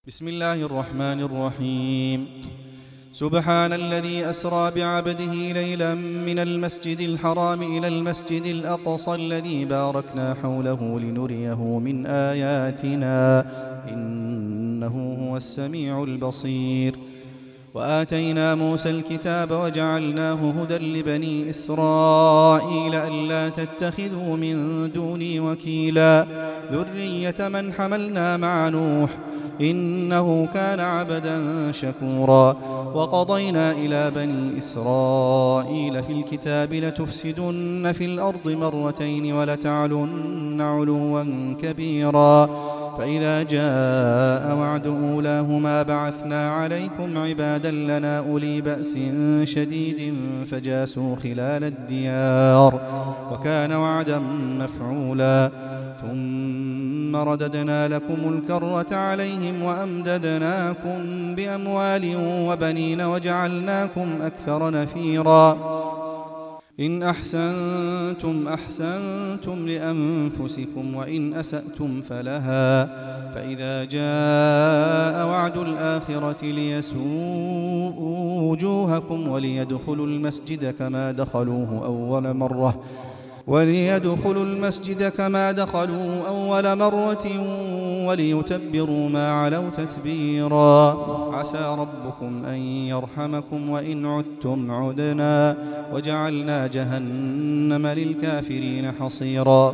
بسم الله الرحمن الرحيم. سبحان الذي أسرى بعبده ليلا من المسجد الحرام إلى المسجد الأقصى الذي باركنا حوله لنريه من آياتنا إنه هو السميع البصير. وآتينا موسى الكتاب وجعلناه هدى لبني إسرائيل ألا تتخذوا من دوني وكيلا ذرية من حملنا مع نوح إنه كان عبدا شكورا. وقضينا إلى بني إسرائيل في الكتاب لتفسدن في الأرض مرتين ولتعلن علوا كبيرا فإذا جاء وعد أولاهما بعثنا عليكم عبادا لنا أولي بأس شديد فجاسوا خلال الديار وكان وعدا مفعولا. ثم رددنا لكم الكرة عليهم وأمددناكم بأموال وبنين وجعلناكم أكثر نفيرا. إن أحسنتم أحسنتم لأنفسكم وإن أسأتم فلها فإذا جاء وعد الآخرة ليسوءوا وجوهكم وليدخلوا المسجد كما دخلوه أول مرة وليتبروا ما علوا تتبيرا. عسى ربكم أن يرحمكم وإن عدتم عدنا وجعلنا جهنم للكافرين حصيرا.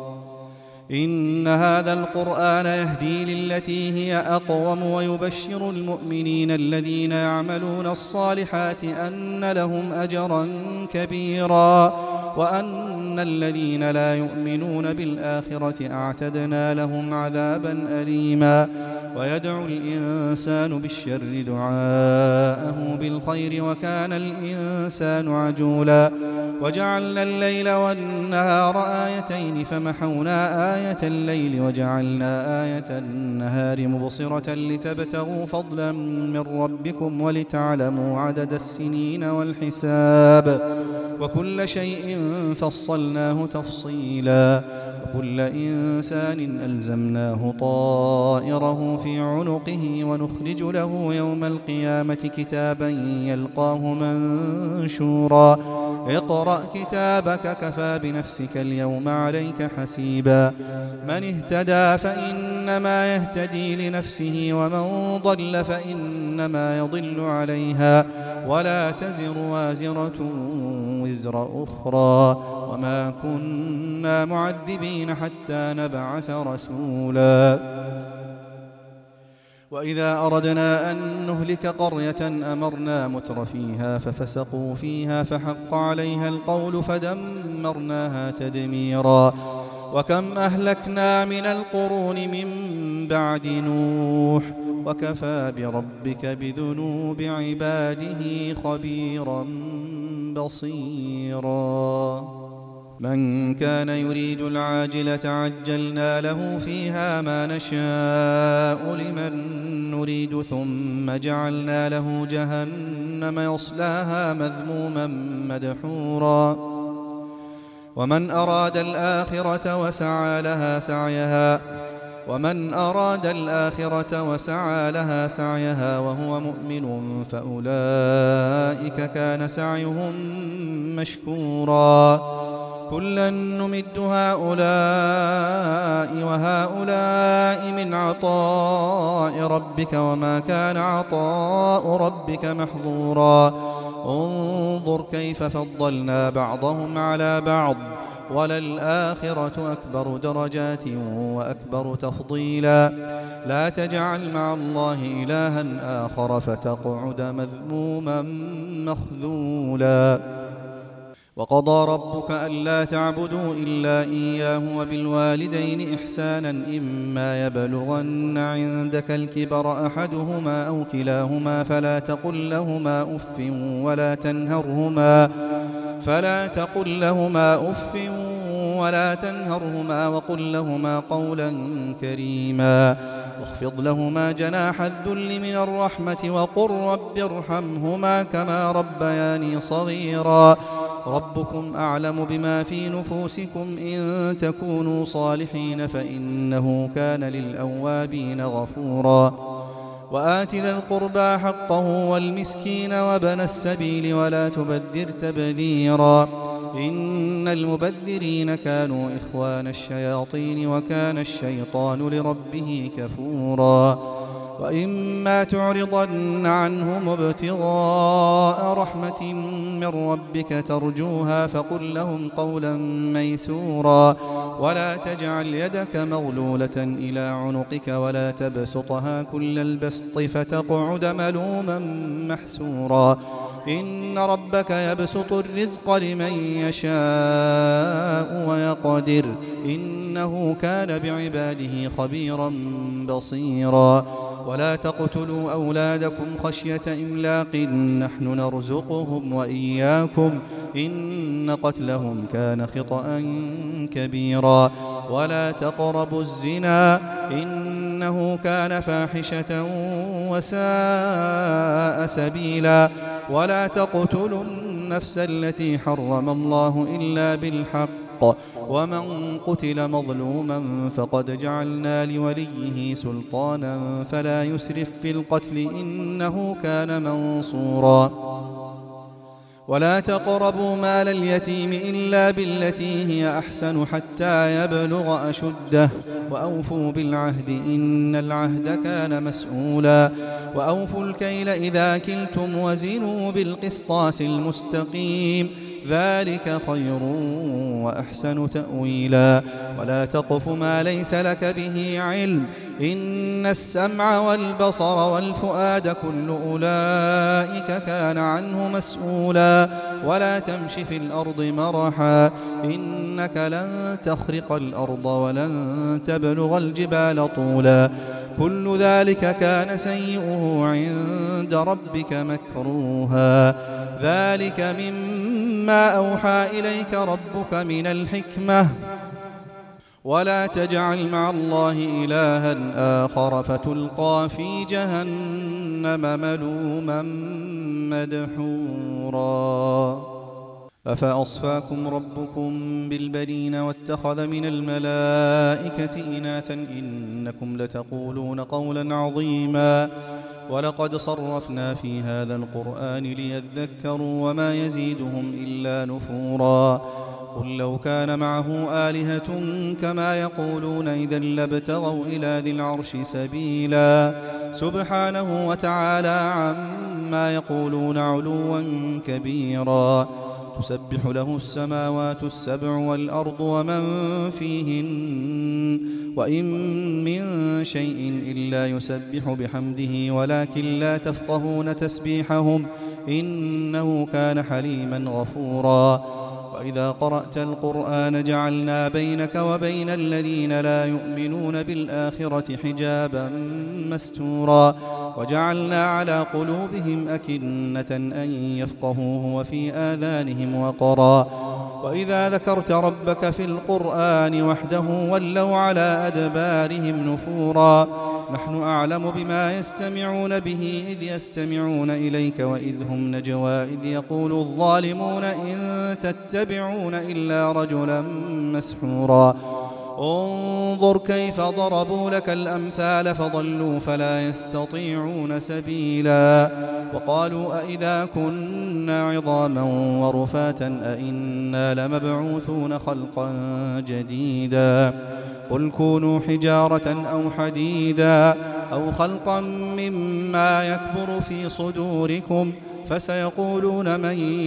إن هذا القرآن يهدي للتي هي أقوم ويبشر المؤمنين الذين يعملون الصالحات أن لهم أجرا كبيرا وأن الذين لا يؤمنون بالآخرة أعتدنا لهم عذابا أليما. ويدعو الإنسان بالشر دعاءه بالخير وكان الإنسان عجولا. وجعلنا الليل والنهار آيتين فمحونا آية الليل وجعلنا آية النهار مبصرة لتبتغوا فضلا من ربكم ولتعلموا عدد السنين والحساب وكل شيء فصلناه تفصيلا. وكل إنسان ألزمناه طائره في عنقه ونخرج له يوم القيامة كتابا يلقاه منشورا. اقرأ كتابك كفى بنفسك اليوم عليك حسيبا. من اهتدى فإنما يهتدي لنفسه ومن ضل فإنما يضل عليها ولا تزر وازرة وزر أخرى وما كنا معذبين حتى نبعث رسولا. وإذا أردنا أن نهلك قرية أمرنا متر فيها ففسقوا فيها فحق عليها القول فدمرناها تدميرا. وكم أهلكنا من القرون من بعد نوح وكفى بربك بذنوب عباده خبيرا بصيرا. من كان يريد العاجلة عجلنا له فيها ما نشاء لمن نريد ثم جعلنا له جهنم يصلاها مذموما مدحورا. ومن أراد الآخرة وسعى لها سعيها وهو مؤمن فأولئك كان سعيهم مشكورا. كلا نمد هؤلاء وهؤلاء من عطاء ربك وما كان عطاء ربك محظورا. انظر كيف فضلنا بعضهم على بعض وللآخرة أكبر درجات وأكبر تفضيلا. لا تجعل مع الله إلها آخر فتقعد مذموما مخذولا. وقضى ربك ألا تعبدوا إلا إياه وبالوالدين إحسانا إما يبلغن عندك الكبر أحدهما أو كلاهما فلا تقل لهما أف ولا تنهرهما وقل لهما قولا كريما. واخفض لهما جناح الذل من الرحمة وقل رب ارحمهما كما ربياني صغيرا. ربكم أعلم بما في نفوسكم إن تكونوا صالحين فإنه كان للأوابين غفورا. وآت ذا القربى حقه والمسكين وابن السبيل ولا تبذر تبذيرا إن المبذرين كانوا إخوان الشياطين وكان الشيطان لربه كفورا وإما تعرضن عنهم ابتغاء رحمة من ربك ترجوها فقل لهم قولا ميسورا ولا تجعل يدك مغلولة إلى عنقك ولا تبسطها كل البسط فتقعد ملوما محسورا إن ربك يبسط الرزق لمن يشاء ويقدر إنه كان بعباده خبيرا بصيرا ولا تقتلوا أولادكم خشية إملاق نحن نرزقهم وإياكم إن قتلهم كان خطأ كبيرا ولا تقربوا الزنا إنه كان فاحشة وساء سبيلا ولا تقتلوا النفس التي حرم الله إلا بالحق ومن قتل مظلوما فقد جعلنا لوليه سلطانا فلا يسرف في القتل إنه كان منصورا ولا تقربوا مال اليتيم إلا بالتي هي أحسن حتى يبلغ أشده وأوفوا بالعهد إن العهد كان مسؤولا وأوفوا الكيل إذا كلتم وزنوا بالقسطاس المستقيم ذلك خير وأحسن تأويلا ولا تقف ما ليس لك به علم إن السمع والبصر والفؤاد كل أولئك كان عنه مسؤولا ولا تمش في الأرض مرحا إنك لن تخرق الأرض ولن تبلغ الجبال طولا كل ذلك كان سيئه عند ربك مكروها ذلك مما أوحى إليك ربك من الحكمة ولا تجعل مع الله إلها آخر فتلقى في جهنم ملوما مدحورا أفأصفاكم ربكم بالبنين واتخذ من الملائكة إناثا إنكم لتقولون قولا عظيما ولقد صرفنا في هذا القرآن ليذكروا وما يزيدهم إلا نفورا قل لو كان معه آلهة كما يقولون إذا لابتغوا إلى ذي العرش سبيلا سبحانه وتعالى عما يقولون علوا كبيرا تسبح له السماوات السبع والأرض ومن فيهن وإن من شيء إلا يسبح بحمده ولكن لا تفقهون تسبيحهم إنه كان حليما غفورا وإذا قرأت القرآن جعلنا بينك وبين الذين لا يؤمنون بالآخرة حجابا مستورا وجعلنا على قلوبهم أكنة أن يفقهوه وفي آذانهم وقرا وإذا ذكرت ربك في القرآن وحده ولوا على أدبارهم نفورا نحن أعلم بما يستمعون به إذ يستمعون إليك وإذ هم نجوى إذ يقول الظالمون إن تتبعون إلا رجلا مسحورا انظر كيف ضربوا لك الأمثال فضلوا فلا يستطيعون سبيلا وقالوا أئذا كنا عظاما ورفاتا أئنا لمبعوثون خلقا جديدا قل كونوا حجارة أو حديدا أو خلقا مما يكبر في صدوركم فسيقولون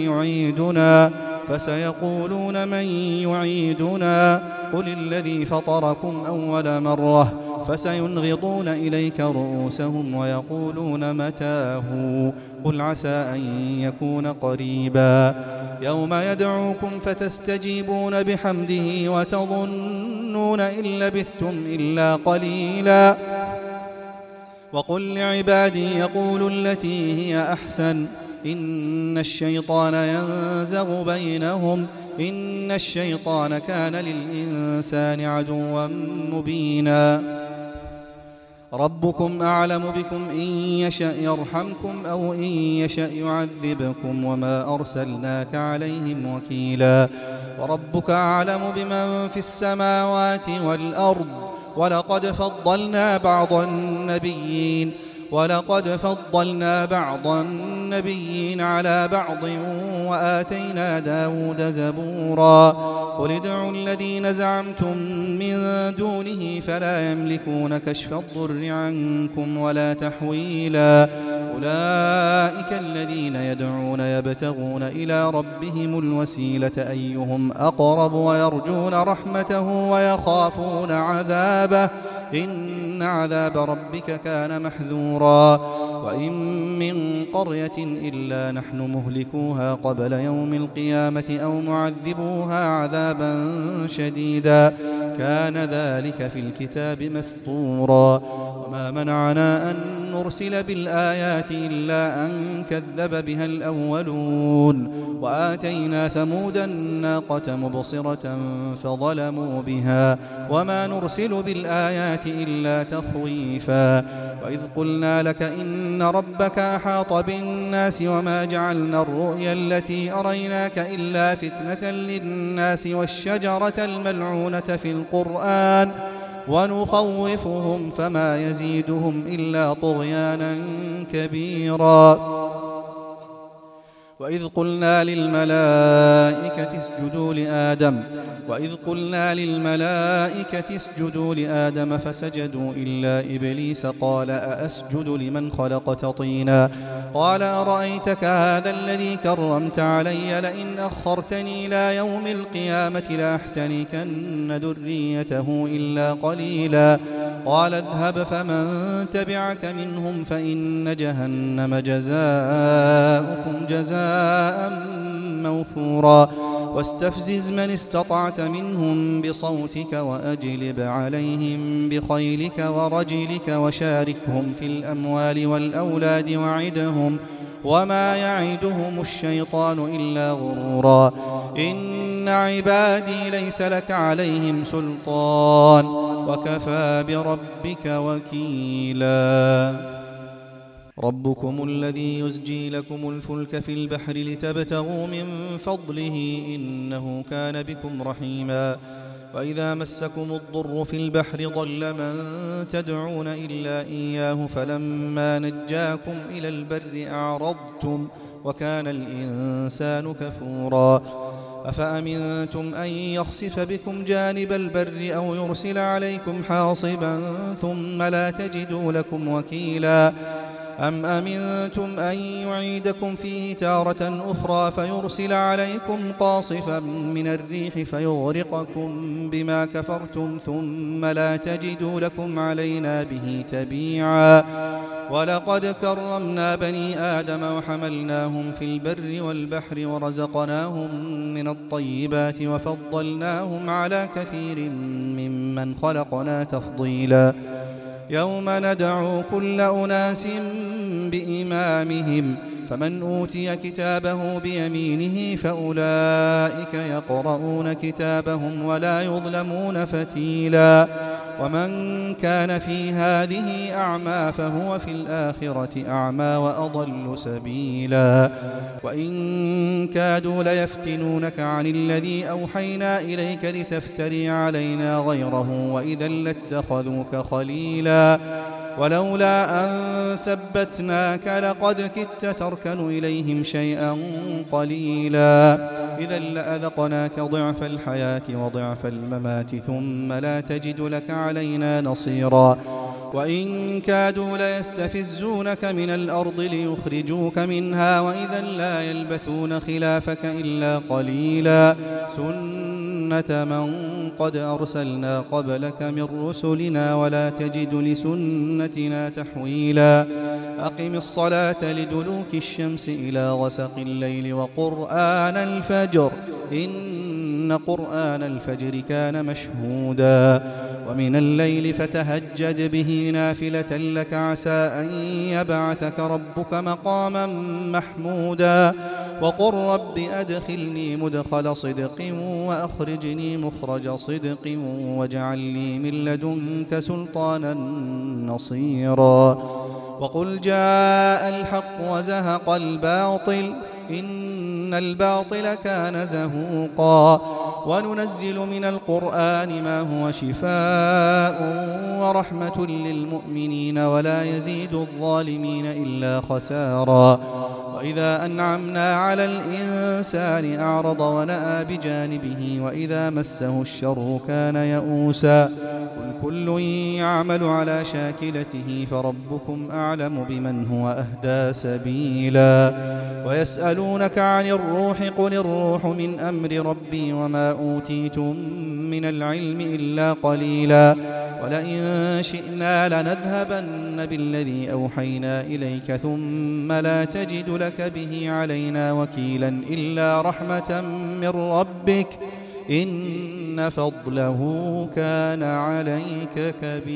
من يعيدنا قل الذي فطركم أول مرة فسينغضون إليك رؤوسهم ويقولون متاه قل عسى أن يكون قريبا يوم يدعوكم فتستجيبون بحمده وتظنون إن لبثتم إلا قليلا وقل لعبادي يقولوا التي هي أحسن إن الشيطان ينزغ بينهم إن الشيطان كان للإنسان عدوا مبينا ربكم أعلم بكم إن يشأ يرحمكم أو إن يشأ يعذبكم وما أرسلناك عليهم وكيلا وربك أعلم بمن في السماوات والأرض ولقد فضلنا بعض النبيين ولقد فضلنا بعض النبيين على بعض وآتينا داود زبورا قل ادعوا الذين زعمتم من دونه فلا يملكون كشف الضر عنكم ولا تحويلا أولئك الذين يدعون يبتغون إلى ربهم الوسيلة أيهم أقرب ويرجون رحمته ويخافون عذابه إن عذاب ربك كان محذورا وإن من قرية إلا نحن مهلكوها قبل يوم القيامة أو معذبوها عذابا شديدا كان ذلك في الكتاب مسطورا وما منعنا أن نرسل بالآيات إلا أن كذب بها الأولون وآتينا ثمود الناقة مبصرة فظلموا بها وما نرسل بالآيات إلا تخويفا وإذ قلنا لك إن ربك أحاط بالناس وما جعلنا الرؤيا التي أريناك إلا فتنة للناس والشجرة الملعونة في القرآن ونخوفهم فما يزيدهم إلا طغيانا كبيرا وإذ قلنا للملائكة اسجدوا لآدم فسجدوا إلا إبليس قال أأسجد لمن خلقت طينا قال أرأيتك هذا الذي كرمت علي لئن أخرتني إلى يوم القيامة لأحتنكن ذريته إلا قليلا قال اذهب فمن تبعك منهم فإن جهنم جزاؤكم جزاء موفورا واستفزز من استطعت منهم بصوتك وأجلب عليهم بخيلك ورجلك وشاركهم في الأموال والأولاد وعدهم وما يعدهم الشيطان إلا غرورا إن عبادي ليس لك عليهم سلطان وكفى بربك وكيلا ربكم الذي يزجي لكم الفلك في البحر لتبتغوا من فضله إنه كان بكم رحيما وإذا مسكم الضر في البحر ضل من تدعون إلا إياه فلما نجاكم إلى البر أعرضتم وكان الإنسان كفورا أفأمنتم أن يخسف بكم جانب البر أو يرسل عليكم حاصبا ثم لا تجدوا لكم وكيلا أم أمنتم أن يعيدكم فيه تارة أخرى فيرسل عليكم قاصفا من الريح فيغرقكم بما كفرتم ثم لا تجدوا لكم علينا به تبيعا ولقد كرمنا بني آدم وحملناهم في البر والبحر ورزقناهم من الطيبات وفضلناهم على كثير ممن خلقنا تفضيلا يوم ندعو كل أناس بإمامهم فمن أوتي كتابه بيمينه فأولئك يقرؤون كتابهم ولا يظلمون فتيلا ومن كان في هذه أعمى فهو في الآخرة أعمى وأضل سبيلا وإن كادوا ليفتنونك عن الذي أوحينا إليك لتفتري علينا غيره وإذا لاتخذوك خليلا ولولا أن ثبتناك لقد كدت تركن إليهم شيئا قليلا إذا لأذقناك ضعف الحياة وضعف الممات ثم لا تجد لك علينا نصيرا وإن كادوا ليستفزونك من الأرض ليخرجوك منها وإذا لا يلبثون خلافك إلا قليلا سنة من قد أرسلنا قبلك من رسلنا ولا تجد لسنتنا تحويلا أقم الصلاة لدلوك الشمس إلى غسق الليل وقرآن الفجر إن قرآن الفجر كان مشهودا ومن الليل فتهجد به نافلة لك عسى أن يبعثك ربك مقاما محمودا وقل رب أدخلني مدخل صدق وأخرجني مخرج صدق واجعل لي من لدنك سلطانا نصيرا وقل جاء الحق وزهق الباطل إن الباطل كان زهوقا وننزل من القرآن ما هو شفاء ورحمة للمؤمنين ولا يزيد الظالمين إلا خسارا وإذا أنعمنا على الإنسان أعرض ونأى بجانبه وإذا مسه الشر كان يئوسا قل كل يعمل على شاكلته فربكم أعلم بمن هو أهدى سبيلا ويسألونك عن الروح قل الروح من أمر ربي وما أوتيتم من العلم إلا قليلا ولئن شئنا لنذهبن بالذي أوحينا إليك ثم لا تجد لك به علينا وكيلا إلا رحمة من ربك إن فضله كان عليك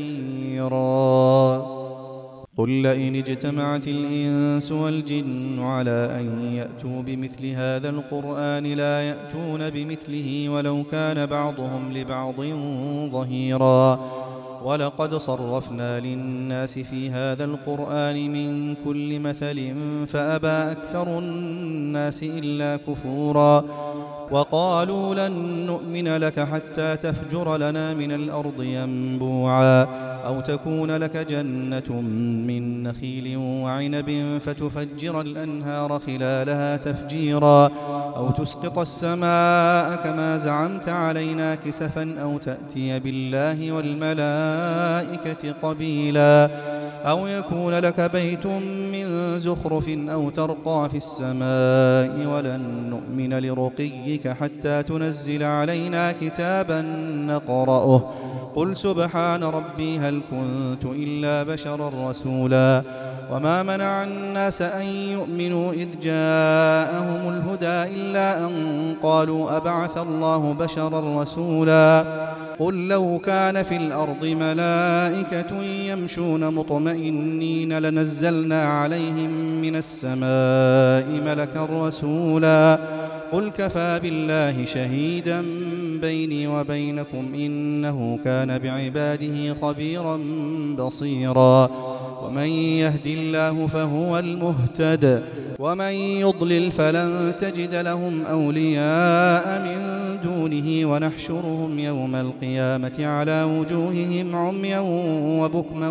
كبيرا قل لئن اجتمعت الإنس والجن على أن يأتوا بمثل هذا القرآن لا يأتون بمثله ولو كان بعضهم لبعض ظهيرا ولقد صرفنا للناس في هذا القرآن من كل مثل فأبى أكثر الناس إلا كفورا وقالوا لن نؤمن لك حتى تفجر لنا من الأرض ينبوعا أو تكون لك جنة من نخيل وعنب فتفجر الأنهار خلالها تفجيرا أو تسقط السماء كما زعمت علينا كسفا أو تأتي بالله والملائكة قبيلا أو يكون لك بيت من زخرف أو ترقى في السماء ولن نؤمن لرقيك حتى تنزل علينا كتابا نقرأه قل سبحان ربي هل كنت إلا بشرا رسولا وما منع الناس أن يؤمنوا إذ جاءهم الهدى إلا أن قالوا أبعث الله بشرا رسولا قل لو كان في الأرض ملائكة يمشون مطمئنين لنزلنا عليهم من السماء ملكا رسولا قل كفى بالله شهيدا بيني وبينكم إنه كان بعباده خبيرا بصيرا ومن يهد الله فهو المهتد ومن يضلل فلن تجد لهم أولياء من دونه ونحشرهم يوم القيامة على وجوههم عميا وبكما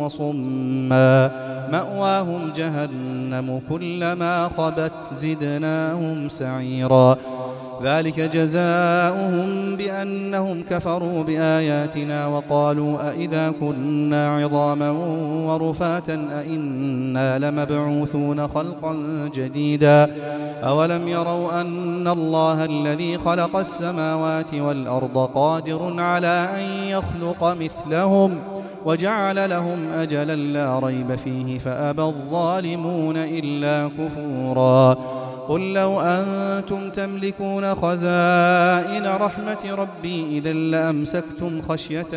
وصما مأواهم جهنم كلما خبت زدناهم سعيرا ذلك جزاؤهم بأنهم كفروا بآياتنا وقالوا أئذا كنا عظاما ورفاتا أئنا لمبعوثون خلقا جديدا أولم يروا أن الله الذي خلق السماوات والأرض قادر على أن يخلق مثلهم وجعل لهم أجلا لا ريب فيه فأبى الظالمون إلا كفورا قل لو أنتم تملكون خزائن رحمة ربي إذا لأمسكتم خشية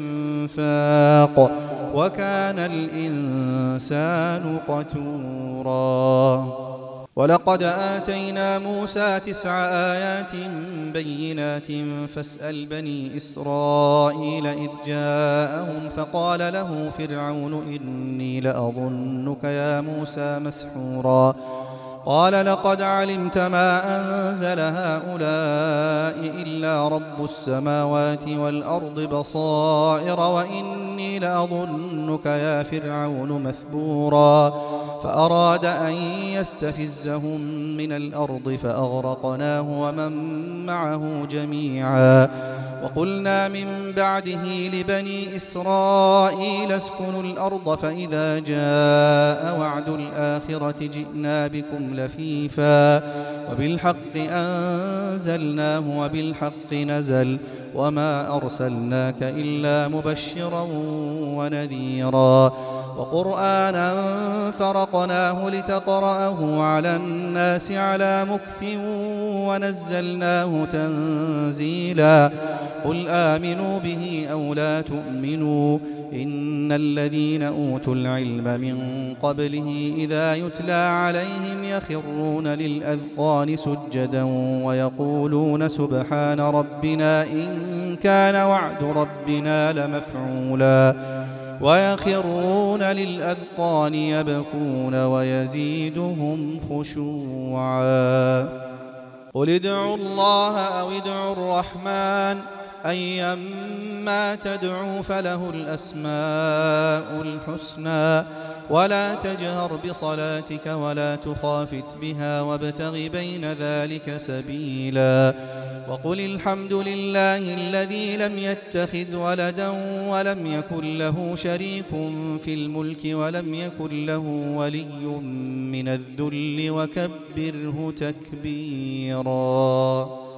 الإنفاق وكان الإنسان قتورا ولقد آتينا موسى 9 آيات بينات فاسأل بني إسرائيل إذ جاءهم فقال له فرعون إني لأظنك يا موسى مسحورا قال لقد علمت ما أنزل هؤلاء إلا رب السماوات والأرض بصائر وإني لأظنك يا فرعون مثبورا فأراد أن يستفزهم من الأرض فأغرقناه ومن معه جميعا وقلنا من بعده لبني إسرائيل اسكنوا الأرض فإذا جاء وعد الآخرة جئنا بكم لفيفا وبالحق أنزلناه وبالحق نزل وما أرسلناك إلا مبشرا ونذيرا وقرآنا فرقناه لتقرأه على الناس على مكث ونزلناه تنزيلا قل آمنوا به أو لا تؤمنوا إن الذين أوتوا العلم من قبله إذا يتلى عليهم يخرون للأذقان سجدا ويقولون سبحان ربنا إن كان وعد ربنا لمفعولا ويخرون للأذقان يبكون ويزيدهم خشوعا. قل ادعوا الله أو ادعوا الرحمن أيما تدعوا فله الأسماء الحسنى ولا تجهر بصلاتك ولا تخافت بها وابتغ بين ذلك سبيلا. وقل الحمد لله الذي لم يتخذ ولدا ولم يكن له شريك في الملك ولم يكن له ولي من الذل وكبره تكبيرا.